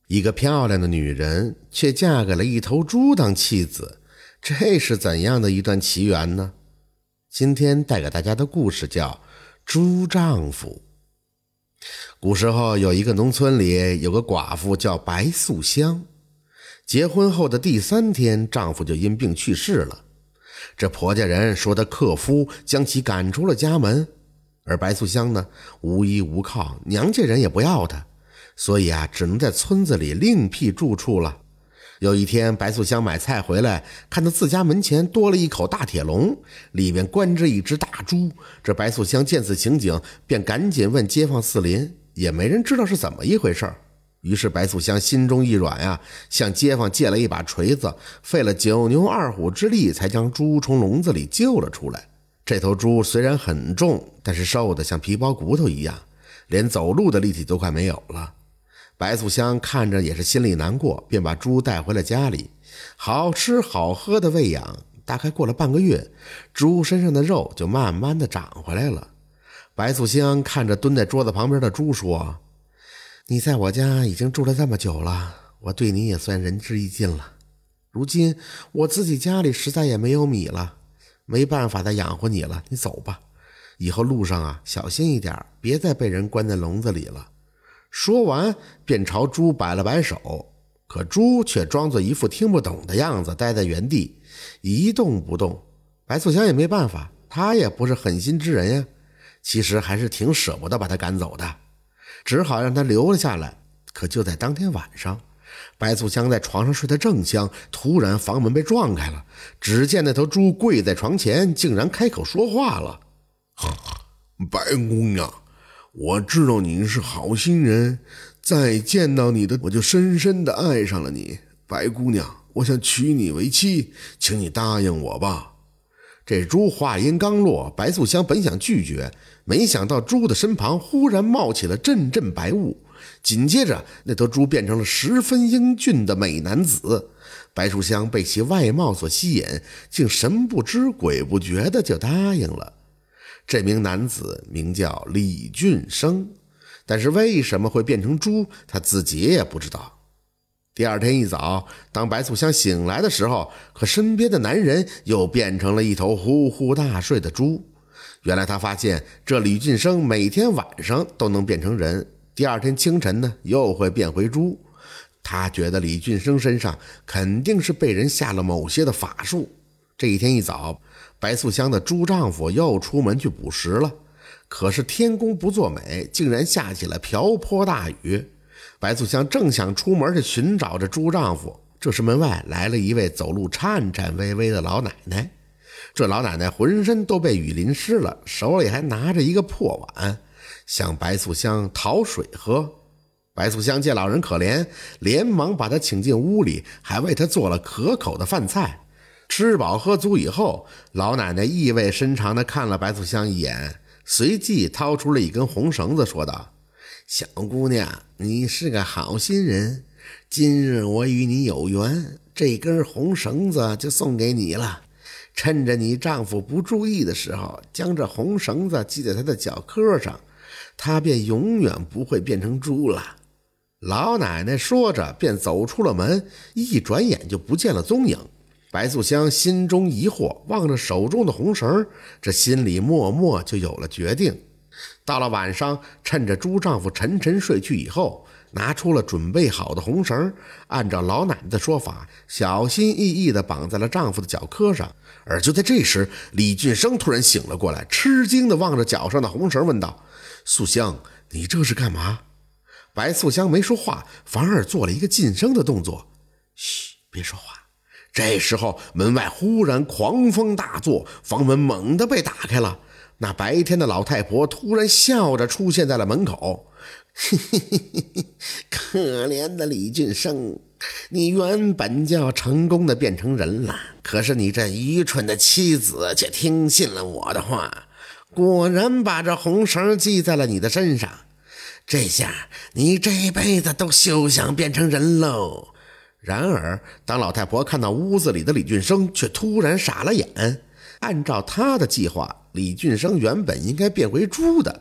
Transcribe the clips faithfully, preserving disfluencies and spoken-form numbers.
一个漂亮的女人却嫁给了一头猪当妻子，这是怎样的一段奇缘呢？今天带给大家的故事叫猪丈夫。古时候有一个农村里有个寡妇叫白素香，结婚后的第三天，丈夫就因病去世了。这婆家人说她克夫，将其赶出了家门。而白素香呢，无依无靠，娘家人也不要她，所以啊，只能在村子里另辟住处了。有一天，白素香买菜回来，看到自家门前多了一口大铁笼，里面关着一只大猪。这白素香见此情景，便赶紧问街坊四邻，也没人知道是怎么一回事。于是白素香心中一软呀、啊，向街坊借了一把锤子，费了九牛二虎之力，才将猪从笼子里救了出来。这头猪虽然很重，但是瘦得像皮包骨头一样，连走路的力气都快没有了。白素香看着也是心里难过，便把猪带回了家里，好吃好喝的喂养。大概过了半个月，猪身上的肉就慢慢的长回来了。白素香看着蹲在桌子旁边的猪说：你在我家已经住了这么久了，我对你也算仁至义尽了。如今我自己家里实在也没有米了，没办法再养活你了，你走吧。以后路上啊，小心一点，别再被人关在笼子里了。说完便朝猪摆了摆手，可猪却装作一副听不懂的样子，待在原地一动不动。白素香也没办法，她也不是狠心之人呀，其实还是挺舍不得把他赶走的，只好让他留了下来。可就在当天晚上，白素香在床上睡得正香，突然房门被撞开了，只见那头猪跪在床前，竟然开口说话了。 白姑娘，我知道你是好心人，再见到你的我就深深的爱上了你。白姑娘，我想娶你为妻，请你答应我吧。 这猪话音刚落，白素香本想拒绝，没想到猪的身旁忽然冒起了阵阵白雾，紧接着那头猪变成了十分英俊的美男子。白素香被其外貌所吸引，竟神不知鬼不觉的就答应了。这名男子名叫李俊生，但是为什么会变成猪，他自己也不知道。第二天一早，当白素香醒来的时候，可身边的男人又变成了一头呼呼大睡的猪。原来他发现这李俊生每天晚上都能变成人，第二天清晨呢又会变回猪。他觉得李俊生身上肯定是被人下了某些的法术。这一天一早，白素香的猪丈夫又出门去捕食了，可是天公不作美，竟然下起了瓢泼大雨。白素香正想出门去寻找着猪丈夫，这时门外来了一位走路颤颤巍巍的老奶奶。这老奶奶浑身都被雨淋湿了，手里还拿着一个破碗，向白素香讨水喝。白素香见老人可怜，连忙把她请进屋里，还为她做了可口的饭菜。吃饱喝足以后，老奶奶意味深长地看了白素香一眼，随即掏出了一根红绳子，说道：小姑娘，你是个好心人，今日我与你有缘，这根红绳子就送给你了。趁着你丈夫不注意的时候，将这红绳子系在他的脚科上，他便永远不会变成猪了。老奶奶说着便走出了门，一转眼就不见了踪影。白素香心中疑惑，望着手中的红绳，这心里默默就有了决定。到了晚上，趁着猪丈夫沉沉睡去以后，拿出了准备好的红绳，按照老奶奶的说法，小心翼翼地绑在了丈夫的脚科上。而就在这时，李俊生突然醒了过来，吃惊地望着脚上的红绳问道：素香，你这是干嘛？白素香没说话，反而做了一个噤声的动作。嘘，别说话。这时候门外忽然狂风大作，房门猛地被打开了。那白天的老太婆突然笑着出现在了门口。嘿嘿嘿嘿，可怜的李俊生，你原本就要成功的变成人了，可是你这愚蠢的妻子却听信了我的话，果然把这红绳系在了你的身上。这下你这辈子都休想变成人喽。然而当老太婆看到屋子里的李俊生，却突然傻了眼。按照他的计划，李俊生原本应该变回猪的，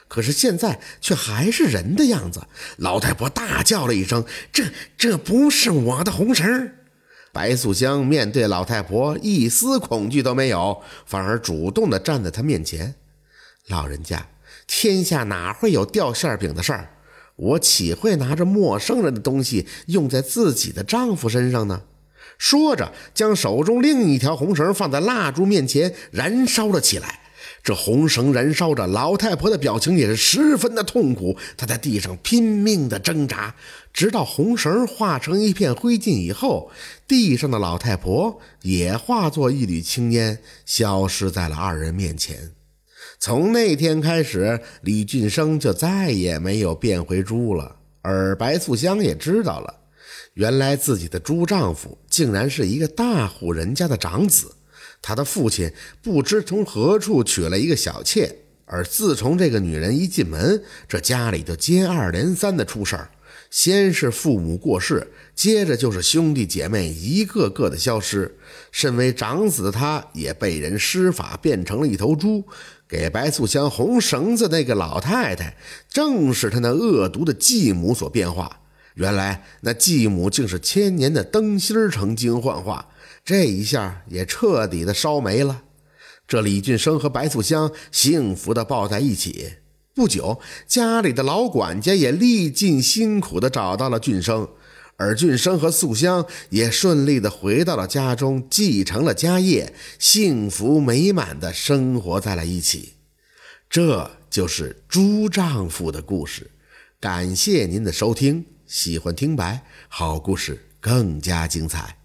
可是现在却还是人的样子。老太婆大叫了一声：“这这不是我的红绳！”白素香面对老太婆一丝恐惧都没有，反而主动地站在她面前。老人家，天下哪会有掉馅饼的事儿？我岂会拿着陌生人的东西用在自己的丈夫身上呢？说着，将手中另一条红绳放在蜡烛面前燃烧了起来。这红绳燃烧着，老太婆的表情也是十分的痛苦，她在地上拼命的挣扎，直到红绳化成一片灰烬以后，地上的老太婆也化作一缕青烟，消失在了二人面前。从那天开始，李俊生就再也没有变回猪了，而白素香也知道了，原来自己的猪丈夫竟然是一个大户人家的长子。他的父亲不知从何处娶了一个小妾，而自从这个女人一进门，这家里就接二连三的出事儿。先是父母过世，接着就是兄弟姐妹一个个的消失。身为长子的他也被人施法变成了一头猪。给白素香红绳子那个老太太，正是他那恶毒的继母所变化。原来那继母竟是千年的灯芯成精幻化，这一下也彻底的烧没了。这李俊生和白素香幸福的抱在一起。不久，家里的老管家也历尽辛苦的找到了俊生，而俊生和素香也顺利的回到了家中，继承了家业，幸福美满的生活在了一起。这就是猪丈夫的故事。感谢您的收听，喜欢听白，好故事更加精彩。